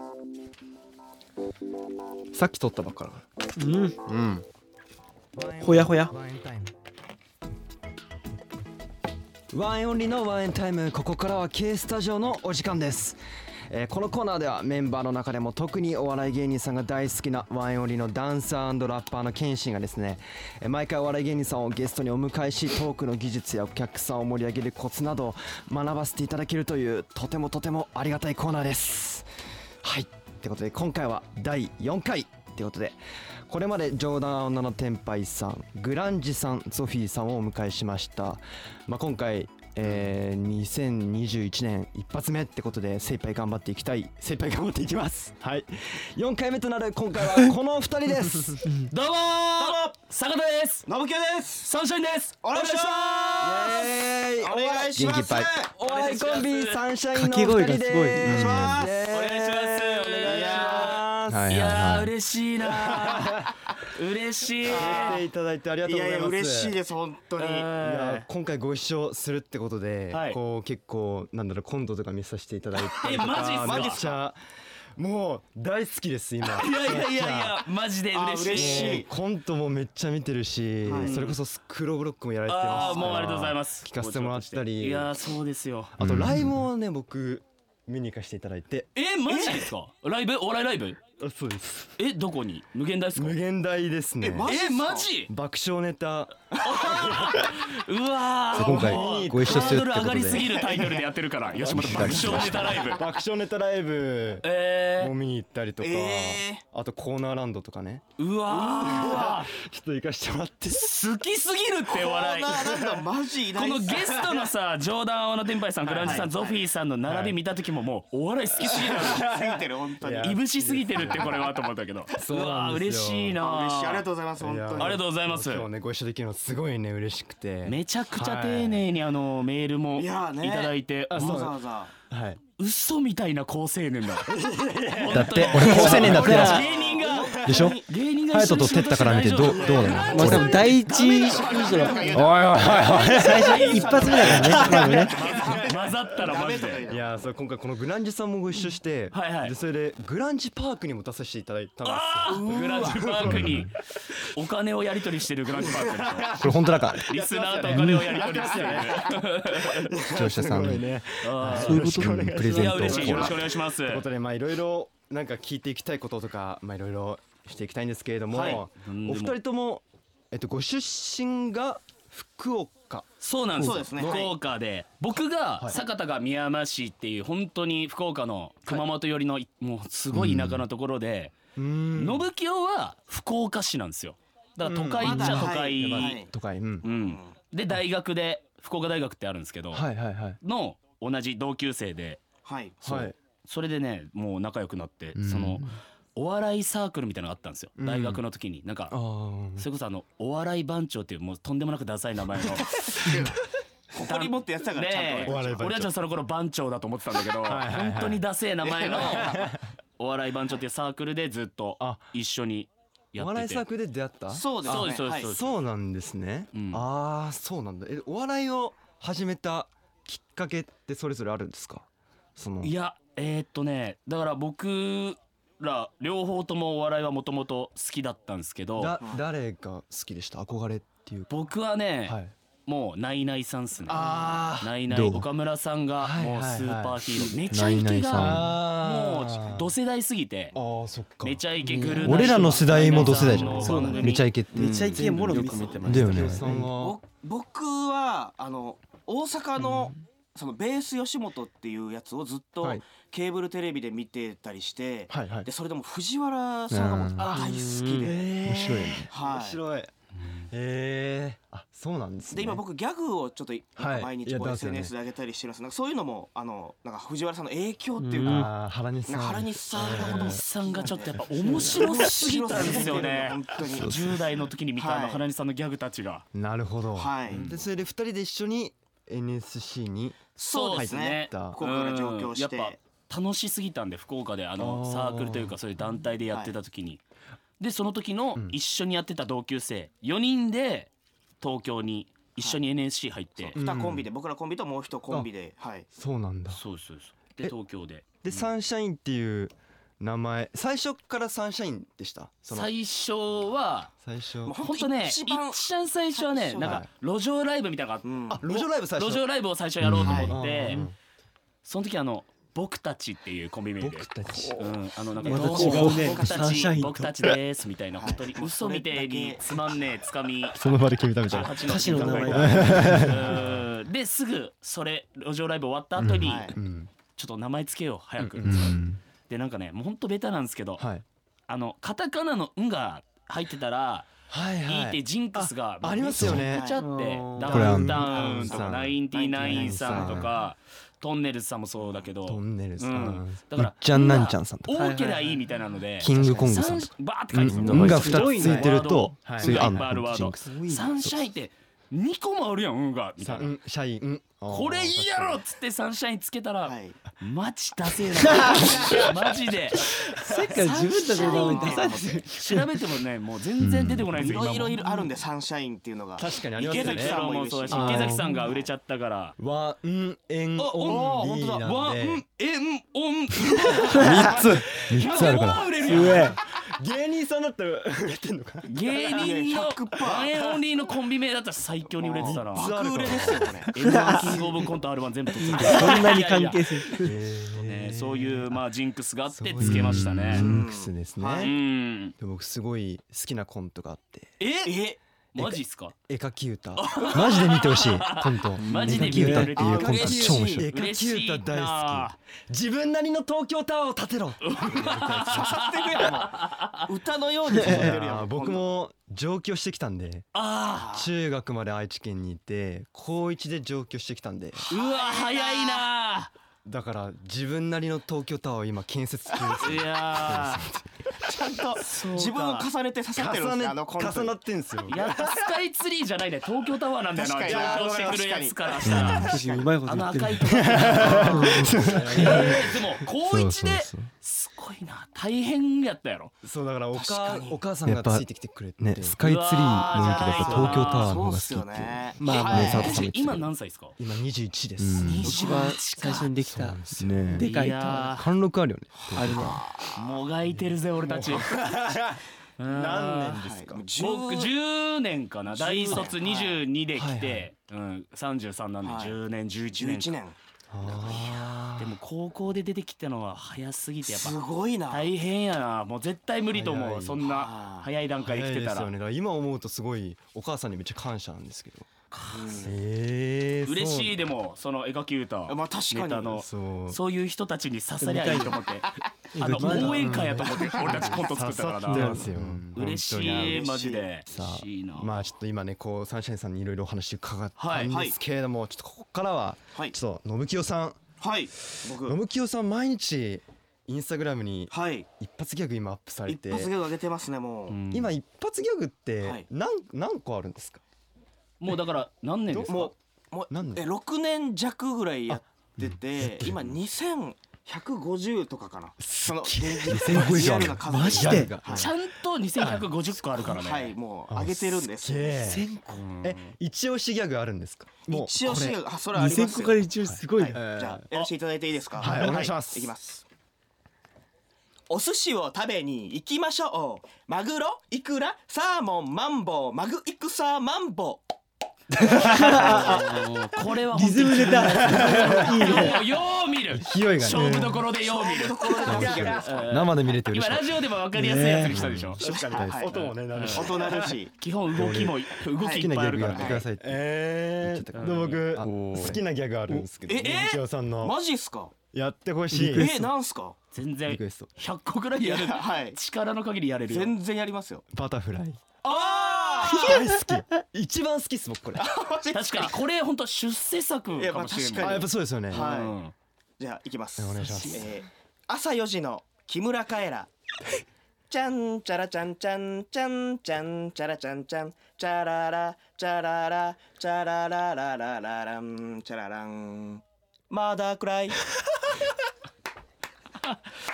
さっき撮ったばっかだ。 ほやほや。 ワンエンオンリーのワンエンタイム、ここからは K スタジオのお時間です。このコーナーではメンバーの中でも特にお笑い芸人さんが大好きなワンエンオンリーのダンサー&ラッパーのケンシンがですね、毎回お笑い芸人さんをゲストにお迎えし、トークの技術やお客さんを盛り上げるコツなどを学ばせていただけるという、とてもありがたいコーナーです。はい、ってことで今回は第4回ってことで、これまで冗談女の天杯さん、グランジさん、ゾフィーさんをお迎えしました。今回2021年一発目ってことで精一杯頑張っていきます。はい、4回目となる今回はこの2人ですどうも坂田です。 ノブキュです。 サンシャインです。 お願いします。お願いします。 元気いっぱいお笑いコンビサンシャインの掛け声 2人です。 がすごい。 お願いします。 お願いします。お願いします。 はいいやーはい。 嬉しいな嬉しい。 来ていただいてありがとうございます。 嬉しいです本当に。 いや今回ご一緒するってことで、 はいこう結構コントとか見させていただいて、 マジっすかめっちゃもう大好きです今。 いやマジで嬉しい。 嬉しいコントもめっちゃ見てるし、 はいそれこそスクローブロックもやられてますから。 ああもうありがとうございます。 聞かせてもらったり、 いやーそうですよ。 あとライブをね僕見に行かせていただいて。 マジですか。ライブ、お笑いライブ。 あ、そうです。 どこに。無限大ですか。 無限大ですね。 マジっすかマジ。 爆笑ネタ。 うわー今回ご一緒するってことでハードル上がりすぎるタイトルでやってるから吉本爆笑ネタライブ。 爆笑ネタライブも見に行ったりとか、あとコーナーランドとかね。 うわちょっと行かしてもらって。 好きすぎるってお笑い。 なんだマジこのゲストのさ、冗談王の天杯さん、グランジさん、ゾフィーさんの並び見た時ももうお笑い好きすぎる。 過ぎてる本当に。 いぶしすぎてるってこれはと思ったけど。うわー嬉しいな。 嬉しい、ありがとうございます本当に。 ありがとうございます。 今日ねご一緒できるのすごいね嬉しくて。 めちゃくちゃ丁寧にメールもいただいて。 わざわざ。 はい。 嘘みたいな好青年だ。 だって俺高青年だってよ。 芸人がでしょ。 芸人がハヤトとテッタから見てどうなの。 まあ多分第一印象おいおいおい。 最初一発目だからね。まずね。 混ざったらマジで。 いや今回このグランジさんもご一緒して、でそれでグランジパークにも出させていただいたんですよ。 グランジパークにお金をやり取りしてるグランジパーク。 これ本当だか。 リスナーとお金をやり取りしてる。 視聴者さんにね。 そういうことプレゼントを。 いや嬉しい、よろしくお願いします。 ということでいろいろなんか聞いていきたいこととかいろいろしていきたいんですけれども、お二人ともご出身が福岡。 そうなんですよ。 そうですね。 福岡で僕が酒田が宮山市っていう本当に福岡の熊本寄りのもうすごい田舎のところで、信清は福岡市なんですよ。だから都会っちゃ都会。 都会。 で大学で福岡大学ってあるんですけど、の同じ同級生で、それでねもう仲良くなって、そのお笑いサークルみたいなのがあったんですよ、大学の時に。なんかそれこそお笑い番長っていうもうとんでもなくダサい名前の誇り持ってやってたからちゃんと。 俺たちはその頃番長だと思ってたんだけど、本当にダセえ名前のお笑い番長っていうサークルでずっと一緒にやってて。 お笑いサークルで出会った。 そうですね。 そうなんですね。ああそうなんだ。お笑いを始めたきっかけってそれぞれあるんですか。 いやだから僕ら両方ともお笑いはもともと好きだったんですけど、 誰が好きでした。憧れっていう。 僕はね、もうナイナイさんっすね。ナイナイどう岡村さんがもうスーパーヒーロー。めちゃイケがもう同世代すぎて、めちゃイケグルー。 俺らの世代も同世代じゃん。 そうだね。 めちゃイケって。 めちゃイケもろよく見てました。 だよね。 僕は大阪のそのベース吉本っていうやつをずっとケーブルテレビで見てたりして、でそれでも藤原さんがもう大好きで。 面白いよね。 面白い。あ、そうなんですね。 で今僕ギャグをちょっと毎日こう SNS で上げたりしてます。なんかそういうのもなんか藤原さんの影響っていうか、 原西さん。 原西さんの原西さんがちょっとやっぱ面白すぎたんですよね。 本当に 10代の時に見た原西さんのギャグたちが。 なるほど。 はい。 でそれで2人で一緒に NSC にそうですね。 福岡から上京して。 やっぱ楽しすぎたんで、福岡でサークルというかそういう団体でやってた時に。でその時の一緒にやってた同級生4人で東京に一緒に NSC 入って 2コンビで、僕らコンビともう1コンビで。 そうなんだ。 そうですで東京でサンシャインっていう名前最初からサンシャインでした。 最初はほんとね、一番最初はね、なんか路上ライブみたいなのが路上ライブ最初、 路上ライブを最初やろうと思って、その時僕たちっていうコンビ名で、 僕たち、 なんかどうも僕たちですみたいな、本当に嘘みてえにつまんねえつかみ、 その場で決めたみたいな歌詞の名前ですぐそれ路上ライブ終わった後にちょっと名前つけよう早く。でなんかね、もうほんとベタなんですけど、カタカナの「ん」が入ってたらいいってジンクスがありますよね。 めちゃくちゃあって、ダウンタウンとかナインティナインさんとかトンネルズさんもそうだけど、 トンネルズさん、 だからちゃんなんちゃんさんとか多けりゃいいみたいなので、 キングコングさんとかバーって書いて 「ん」が2つついてるとそういういっぱいあるワード。サンシャインって2個もあるやん、「ん」がみたいな。 シャイン、 これいいやろっつってサンシャインつけたらマジダセーな、マジでさっきから自分たちの名前出さないで調べてもね、もう全然出てこないんですよ。 いろいろあるんで、サンシャインっていうのが。 確かにありますよね。 池崎さんもそうだし、池崎さんが売れちゃったからワンエンオンリーなんで、 ワンエンオン 3つあるから売れるやん。 芸人さんだったらやってんのかな。 芸人のワンエンオンリーのコンビ名だったら最強に売れてたな。 爆売れですよこれ。 M1 キングオブコント R1 全部取ってた。 そんなに関係するそういうジンクスがあってつけましたね。 ジンクスですね。で僕すごい好きなコントがあって。 マジっすか？ 絵描き歌。マジで見てほしいコント。 マジで絵描き歌っていうコント超面白い。絵描き歌大好き。自分なりの東京タワーを建てろ。 刺さってくれよ。歌のように刺さってるよ。 僕も上京してきたんで、中学まで愛知県にいて高1で上京してきたんで。 うわ早いな。 だから自分なりの東京タワーを今建設中です。 いやちゃんと自分を重ねて刺さってるんですよ。 重なってんですよ。 いやスカイツリーじゃないね、東京タワーなんだよな。上京してくるやつからしたらうまいこと言ってる赤いとこでも高一ですごいな、大変やったやろ。 そうだからお母さんがついてきてくれて、 スカイツリーの影響でやっぱ東京タワーの方が好きっていう。 まあ今何歳ですか？ 今21です。 一番最初にできたでかいタワ貫禄あるよね。 あるね。 もがいてるぜ俺たち。 何年ですか？ 僕10年かな。大卒22で来て33なんで10年11年。でも高校で出てきたのは早すぎて、やっぱすごいな、 大変やな。もう絶対無理と思う、そんな早い段階で来てたら。 今思うとすごいお母さんにめっちゃ感謝なんですけど。 嬉しい。でもその絵描き歌ネタのそういう人たちに刺さりゃいいと思って、応援歌やと思って俺たちコント作ったからな。嬉しい、マジで。 まあちょっと今ねこうサンシャインさんにいろいろお話伺ったんですけれども、ちょっとここからはちょっと信清さん、信清さん毎日インスタグラムに一発ギャグ今アップされて、 一発ギャグ上げてますね。もう今一発ギャグって何個あるんですか？ もうだから何年ですか？ もう6年弱ぐらいやってて、今2150とかかな。その 2150 リアルな数マジでちゃんと2150個あるからね。 はい、もう上げてるんです。 1000個。 一押しギャグあるんですか？ 一押しギャグ、それありますよ。 2000個から一押しすごい。 じゃあやらせていただいていいですか？ はい、お願いします。 いきます。お寿司を食べに行きましょう。マグロ、イクラ、サーモン、マンボウ、マグイクサーマンボウ。 これはリズム出た。いいね。 よう見る。 勢いがね。 勝負どころでよう見る。 生で見れて嬉しい。 今ラジオでも分かりやすいやつにしたでしょ。 音もね、 音鳴るし。 基本動きも動きいっぱいあるからね。 僕好きなギャグあるんですけど、信清さんの。 マジっすか？ やってほしい。 なんすか？ 全然100個ぐらいやる。力の限りやれるよ。 全然やりますよ。 バタフライ。 大好き。一番好きっす僕これ。 確かにこれ本当出世作かもしれない。 やっぱそうですよね。 じゃあ行きます。 お願いします。 朝4時の木村カエラ。ちゃんちゃらちゃんちゃんちゃんちゃんちゃらちゃんちゃんちゃららちゃららちゃららららららんちゃららん。まだ暗い。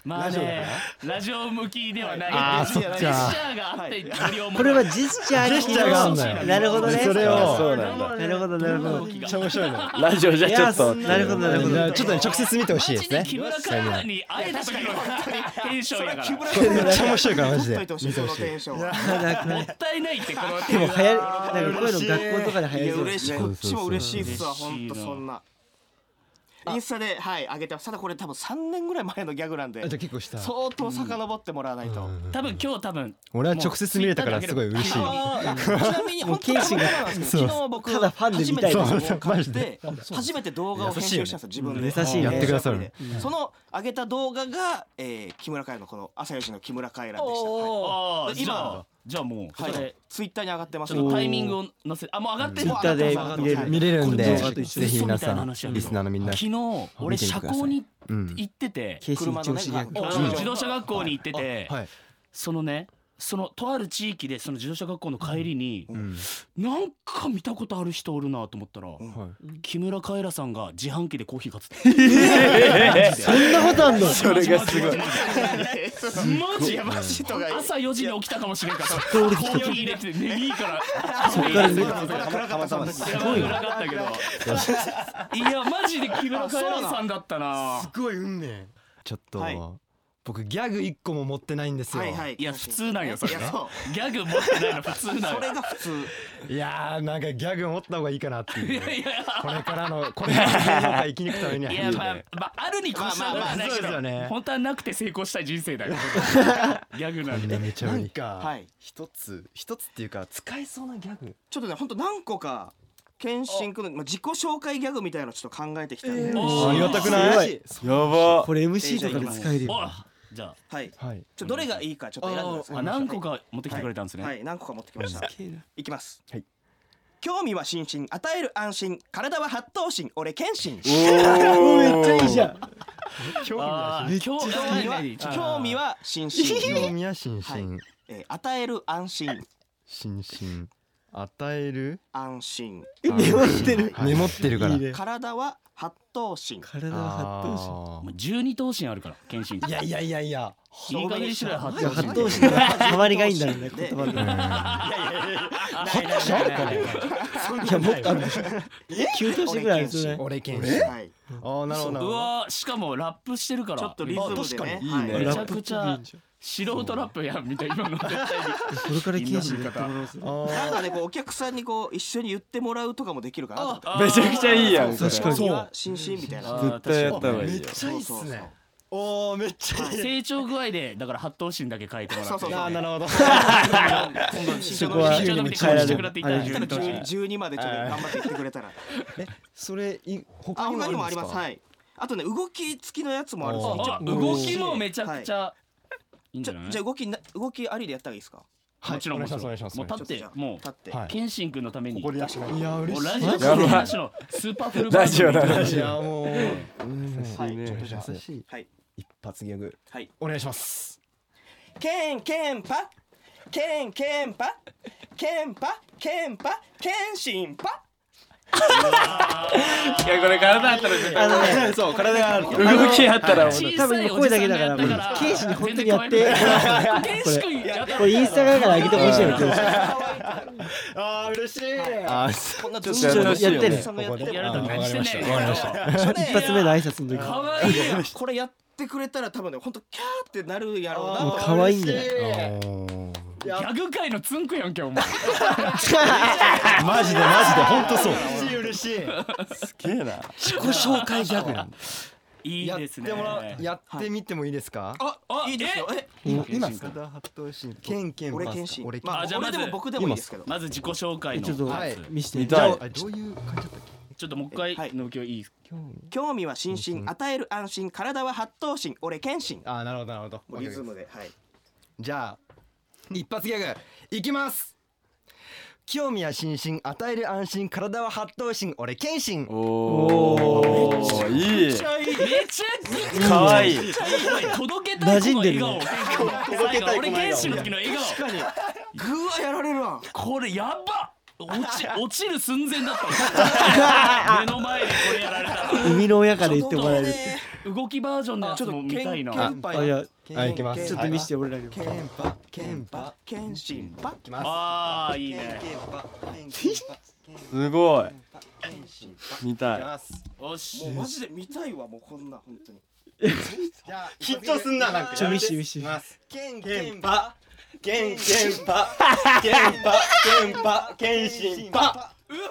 まあねラジオ向きではないジェスチャーがあってこれはジェスチャージェスチャーがあんのよ。 なるほどね。 それをそうなんだ。 なるほどなるほど。 めっちゃ面白いの。 ラジオじゃちょっとなるほどなるほど。 ちょっとね直接見てほしいですね。 木村カエラに会えた時のテンションやからめっちゃ面白いからマジで。 見てほしいそのテンション。 もったいないってこのでも流行りなんかこういうの学校とかで流行りそう。 嬉しい、こっちも嬉しいっすわ、本当そんな。インスタで上げてます。ただこれ多分3年ぐらい前のギャグなんでじゃ結構した相当遡ってもらわないと。 多分俺は直接見れたからすごい嬉しい。 ちなみに本当に昨日僕ただファンで見たい初めて動画を編集したんですよ自分で。 優しいね。 やってくださる。 その上げた動画が木村カエラのこの朝4時の木村カエラでした。今じゃあもうツイッターに上がってます。 タイミングを載せもう上がってツイッターで見れるんでこれぜひ皆さんリスナーのみんな昨日俺社交に行ってて車の自動車学校に行っててそのねそのとある地域でその自動車学校の帰りになんか見たことある人おるなと思ったら木村カエラさんが自販機でコーヒー買ってた。 そんなことあんの？ それがすごい。 マジ朝4時に起きたかもしれんからコーヒー入れて寝いいからそっからねすごい暗かったけどいやマジで木村カエラさんだったな。 すごい運命。ちょっと僕ギャグ1個も持ってないんですよ。 いや普通なんよそれ。ギャグ持ってないの普通なんよ。 それが普通。 いやなんかギャグ持った方がいいかなっていう。これからの芸能界生き抜くためには。 いやまああるに越したことはないけど本当はなくて成功したい人生だよ。ギャグなんで。 めちゃなんか一つっていうか使えそうなギャグ。 ちょっとね本当何個か。健信君の自己紹介ギャグみたいなのちょっと考えてきたんで。 ありがたくない？ やば。 これ MC とかで使えるよ。 じゃあどれがいいかちょっと選んでください。 何個か持ってきてくれたんですね。 何個か持ってきました。いきます。興味は心身与える安心体は八頭身俺謙信。 めっちゃいいじゃん。 興味は心身与える安心与える安心メモってるから体は八頭身 12頭身あるから謙信。 いやいやいい加減にしろよ。 八頭身の変わりがいいんだろうね言葉の。 八頭身あるかね。 いやもっとあるでしょ。9頭身ぐらいあるですね。 俺謙信。なるほど。 うわしかもラップしてるからちょっとリズムでね。 めちゃくちゃ素人ラップやんみたいな今の絶対に。 これから謙信やってもらおうぜ。 なんかねこうお客さんにこう一緒に言ってもらうとかもできるかな。 めちゃくちゃいいやん。 確かに。 心身みたいな。 絶対やった方がいい。 めっちゃいいっすね。おーめっちゃいい。 成長具合でだから八頭身だけ書いてもらって。 なるほど。 そこは変えてくれていただいたら 12までちょっと頑張って言ってくれたら。 それ他にもあります。あとね動き付きのやつもある。 動きもめちゃくちゃいいんじゃない？ じゃあ動きありでやったらいいですか？ もちろんもう立ってもう謙信君のために。いや嬉しい。 ラジオの話のスーパーフルバージョン。 いやもう優しい。 一発ギャグお願いします。 ケンパ謙信パ。 いやこれ体あったらそう体がある。 動きあったら多分声だけだから謙信に本当にやってこれインスタから上げてほしいよ。 あ嬉しい。 こんなちょっとやってね。一発目の挨拶の時。 可愛い。 これやってくれたら多分ね本当キャーってなるやろうな。 可愛いんだよ。 ギャグ界のツンクやんけお前。 マジで本当そう。嬉しい。 すげえな。 自己紹介ギャグなんだ。 いいですね。 やってみてもいいですか？ いいですよ。 今八頭身俺謙信。 じゃあ俺でも僕でもいいですけど。 まず自己紹介の。 ちょっと見せてみたい。どういう感じだったっけ？ ちょっともう一回のきをいい？ 興味は心身与える安心体は八頭身俺謙信。 なるほど。 リズムでじゃあ一発ギャグいきます。興味は心身与える安心体は八頭身俺謙信。 おーいい。 めちゃかわいい。 届けたいこの笑顔。 届けたい俺謙信の時の笑顔。 確かにグワやられるわ。 これやば。落ちる寸前だった。目の前でこれやられたら。 生みの親から言ってもらえる。 動きバージョンのやつも見たいな。 いやいきます。 ちょっと見せて俺らにも。 ケンシンパ。 ああいいね。 すごい。見たい。 よし。 もうマジで見たいわもうこんな本当に。 緊張すんななんか。 見して。 ケンパケンパケンシンパ。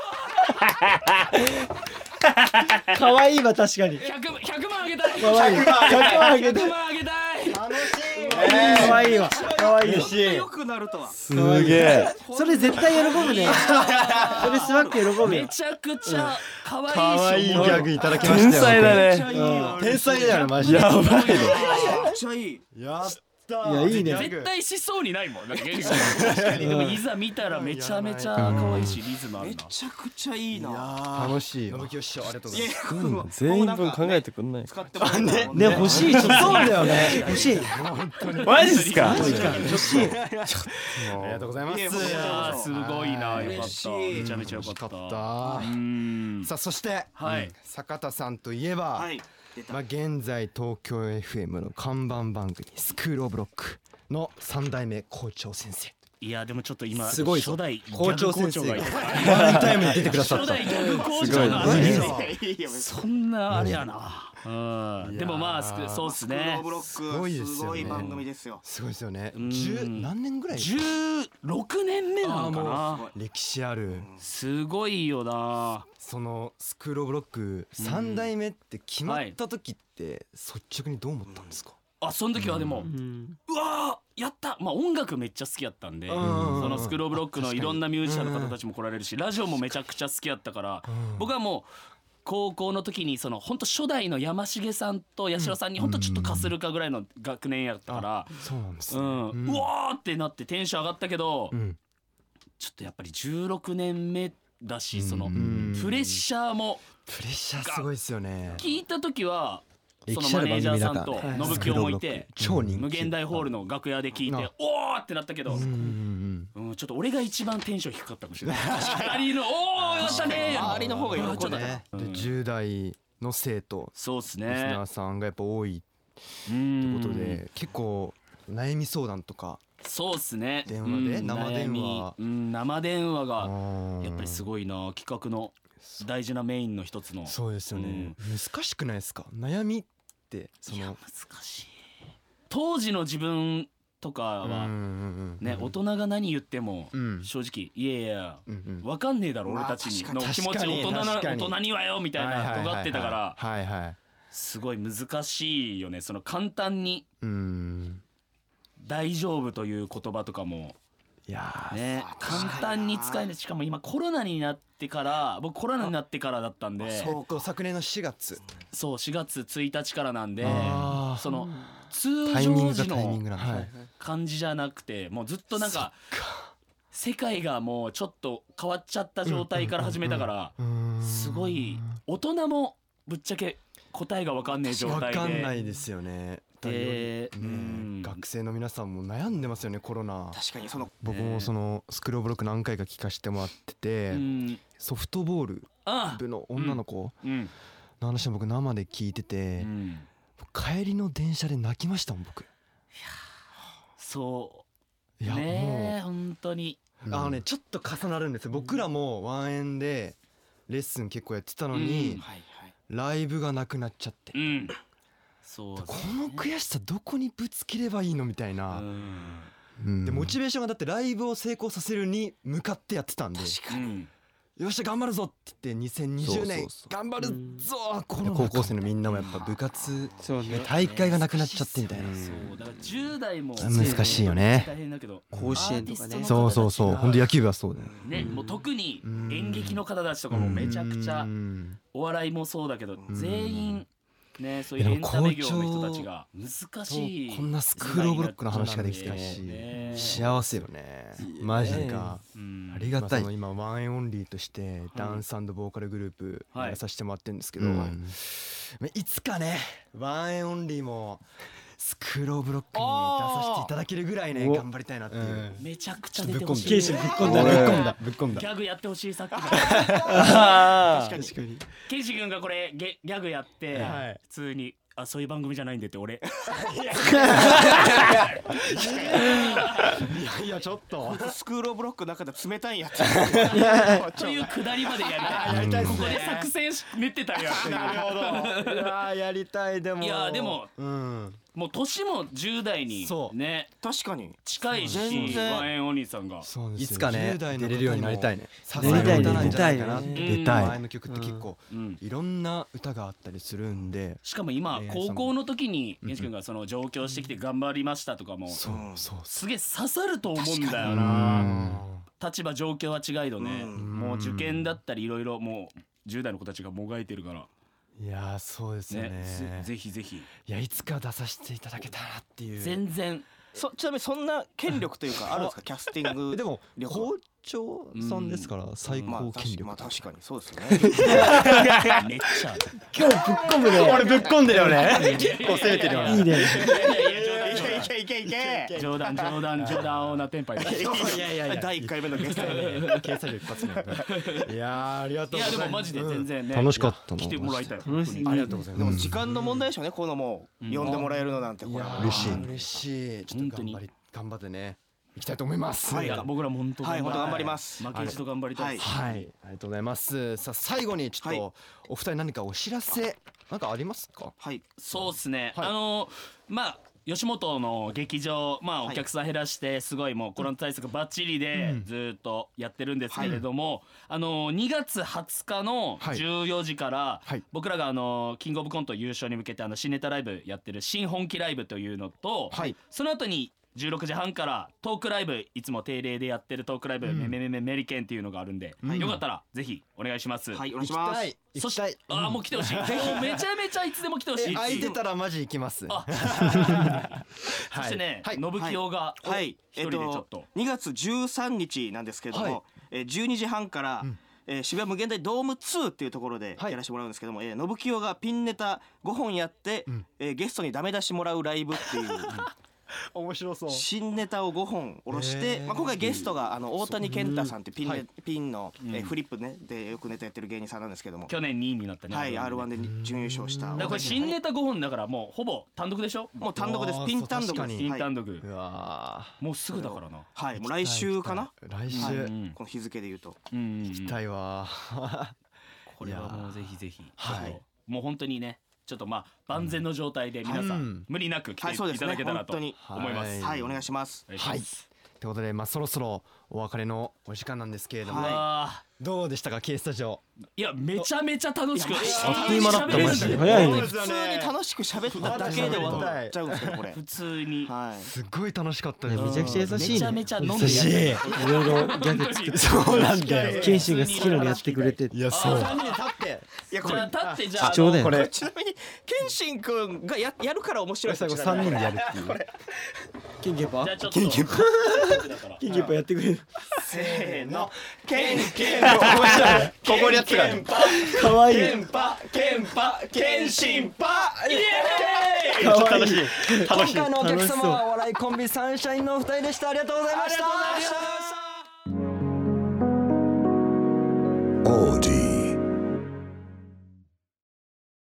可愛いわ確かに。 100万あげたい。 可愛い。100万あげたい。 楽しい。 可愛いわ。可愛い。 良くなるとは。 すげえ。 それ絶対喜ぶね。それスワック喜ぶよ。 めちゃくちゃ可可愛いギ愛いし。 ャグいただきましたよ。 天才だね。 天才だよマジで。 やばいね。 めっちゃいい。 やった。 いやいいね。 絶対しそうにないもん。なんか確かにでもいざ見たらめちゃめちゃ可愛いしリズムあるめな。 ちゃくちゃいいな。 楽しい。信清師匠ありがとうございます。 全員分考えてくんない。 使ってもらね欲しい。そうだよね。欲しい。 マジっすか。 欲しい。 ありがとうございます。 いやすごいな。よかった。 嬉しいめちゃめちゃよかった。 さあそして坂田さんといえば。 はい。 現在東京 FM の看板番組スクールオブロックの3代目校長先生。 いやでもちょっと今すごい初代校長先生がギャグ校ワンタイムに出てくださった。 初代ギャグ校長がいいそんなあれやな。でもまあそうっすね。 ブロックすごい番組ですよ。 すごいですよね。何年ぐらい ？16年目なのかな。 歴史ある。 すごいよな。 そのスクールオブロック3代目って決まった時って率直にどう思ったんですか？ その時はでもうわーやった。まあ音楽めっちゃ好きやったんで、そのスクールオブロックのいろんなミュージシャンの方たちも来られるし、ラジオもめちゃくちゃ好きやったから、僕はもう高校の時にその本当初代の山重さんと八代さんに本当ちょっとかするかぐらいの学年やったから、 そうなんです。 うわーってなってテンション上がったけど、ちょっとやっぱり16年目だし、そのプレッシャーもプレッシャーすごいですよね。 聞いた時はそのマネージャーさんと信清もいて無限大ホールの楽屋で聞いておーってなったけど、ちょっと俺が一番テンション低かったかもしれない。2人のおーやったね周りの方が喜んでね。10代の生徒そうっすねリスナーさんがやっぱ多いってことで結構悩み相談とかそうっすね。 電話で生電話がやっぱりすごいな。企画の大事なメインの一つの。 そうですよね。難しくないですか？悩みってその。いや難しい。当時の自分とかはね、大人が何言っても正直いや分かんねえだろ俺たちの気持ち、大人にはよみたいな尖ってたからすごい難しいよね。その簡単に大丈夫という言葉とかもね簡単に使えない。しかも今コロナになってから、僕コロナになってからだったんで、 昨年の4月そう4月1日からなんで、その通常時の感じじゃなくて、もうずっとなんか世界がもうちょっと変わっちゃった状態から始めたから、すごい大人もぶっちゃけ答えが分かんない状態で。 分かんないですよね。学生の皆さんも悩んでますよねコロナ。 確かに僕もそのスクールオブロック何回か聞かせてもらってて、ソフトボール部の女の子の話を僕生で聞いてて、帰りの電車で泣きましたもん僕。 そうね本当にちょっと重なるんですよ。僕らもワンエンでレッスン結構やってたのにライブがなくなっちゃって、この悔しさどこにぶつければいいのみたいな。でモチベーションがだってライブを成功させるに向かってやってたんで、よっしゃ頑張るぞって言って2020年頑張るぞ。高校生のみんなもやっぱ部活大会がなくなっちゃってみたいな。 だから10代も難しいよね。 甲子園とかね。 そう本当野球部はそうだよね。もう特に演劇の方たちとかもめちゃくちゃお笑いもそうだけど全員ね、そういうエンタメ業の人たちが難しい。 こんなスクールオブロックの話ができたし幸せよねマジか。ありがたい。今ワンエンオンリーとしてダンス&ボーカルグループやらさせてもらってるんですけど、いつかねワンエンオンリーもスクールオブロックに出させていただけるぐらいね頑張りたいなっていう。 めちゃくちゃ出てほしい。 ケースぶっ込んだギャグやってほしい。さっき確かにケイシ君がこれギャグやって普通にそういう番組じゃないんでって俺いやちょっとスクールオブロックの中で冷たいやつというくだりまでやりたい。ここで作戦練ってたんや。 なるほど。いややりたい。でもいやでももう年も10代にね確かに近いし、ワンエンお兄さんがいつかね出れるようになりたいね。 出たい前の曲って結構いろんな歌があったりするんで、 しかも今高校の時に源氏君がその上京してきて頑張りましたとかもすげえ刺さると思うんだよな。立場状況は違いどね、もう受験だったりいろいろもう10代の子たちがもがいてるから。 いやそうですよね。 ぜひぜひ。 いやいつか出させていただけたらっていう。 全然。 ちなみにそんな権力というかあるんですかキャスティング。 でも校長さんですから最高権力。 まあ確かにそうですよね。 めっちゃ今日ぶっ込むね。 俺ぶっ込んでるよね。結構攻めてるよね。 いいね。 いけ冗談青なテンパイで。 いや第1回目のゲスト掲載一発目。いやありがとうございます。 いやでもマジで全然ね楽しかった来てもらいたい。 ありがとうございます。 でも時間の問題でしょうねこのもう呼んでもらえるのなんて。 嬉しい。ちょっと頑張ってねいきたいと思います。 僕らも本当頑張ります。 負けじと頑張りたい。 はい、ありがとうございます。さあ最後にちょっとお二人何かお知らせなんかありますか？ はい。 そうですね。まあ吉本の劇場お客さん減らしてすごいもうコロナ対策バッチリでずっとやってるんですけれども、2月20日の14時から僕らがキングオブコント優勝に向けて新ネタライブやってる新本気ライブというのと、その後に16時半からトークライブいつも定例でやってるトークライブメリケンっていうのがあるんでよかったらぜひお願いします。 はいお願いします。 そしてもう来てほしい。もうめちゃめちゃいつでも来てほしい。 空いてたらマジ行きます。 そしてね信清が一人でちょっと 2月13日なんですけれども12時半から渋谷無限大ドーム2っていうところでやらせてもらうんですけども信清がピンネタ5本やってゲストにダメ出しもらうライブっていう面白そう新ネタを5本下ろして、今回ゲストが大谷健太さんってピンのフリップねでよくネタやってる芸人さんなんですけども、 去年2位になったね。 はい R1 で準優勝した。 これ新ネタ5本だからもうほぼ単独でしょ？ もう単独です。ピン単独です。 ピン単独。 うわもうすぐだからな。 はいもう来週かな。 来週この日付で言うと行きたいわ。 これはもうぜひぜひもう本当にねちょっと万全の状態で皆さん無理なく来ていただけたらと思います。 はいお願いします。 はいということでそろそろお別れのお時間なんですけれども、どうでしたか K スタジオ？ いやめちゃめちゃ楽しく、 あっという間だったマジで早いね。 普通に楽しく喋っただけで終わっちゃうんですけどこれ普通にすごい楽しかったです。 めちゃくちゃ優しいね。 めちゃめちゃ飲んで優しい。いろいろギャグ作ってそうなんだよ。ケンシンが好きなのやってくれて。 いやそう。 いやこれ立ってじゃあ貴重だよ。 これちなみにケンシンくんがやるから面白い。 最後3人でやるっていう。 ケンケンパ？ ケンケンパやってくれる。 せーのケンケンここにやつがかわいい。 ケンパケンシンパイエーイ。 楽しい。 今回のお客様はお笑いコンビサンシャインのお二人でした。ありがとうございました。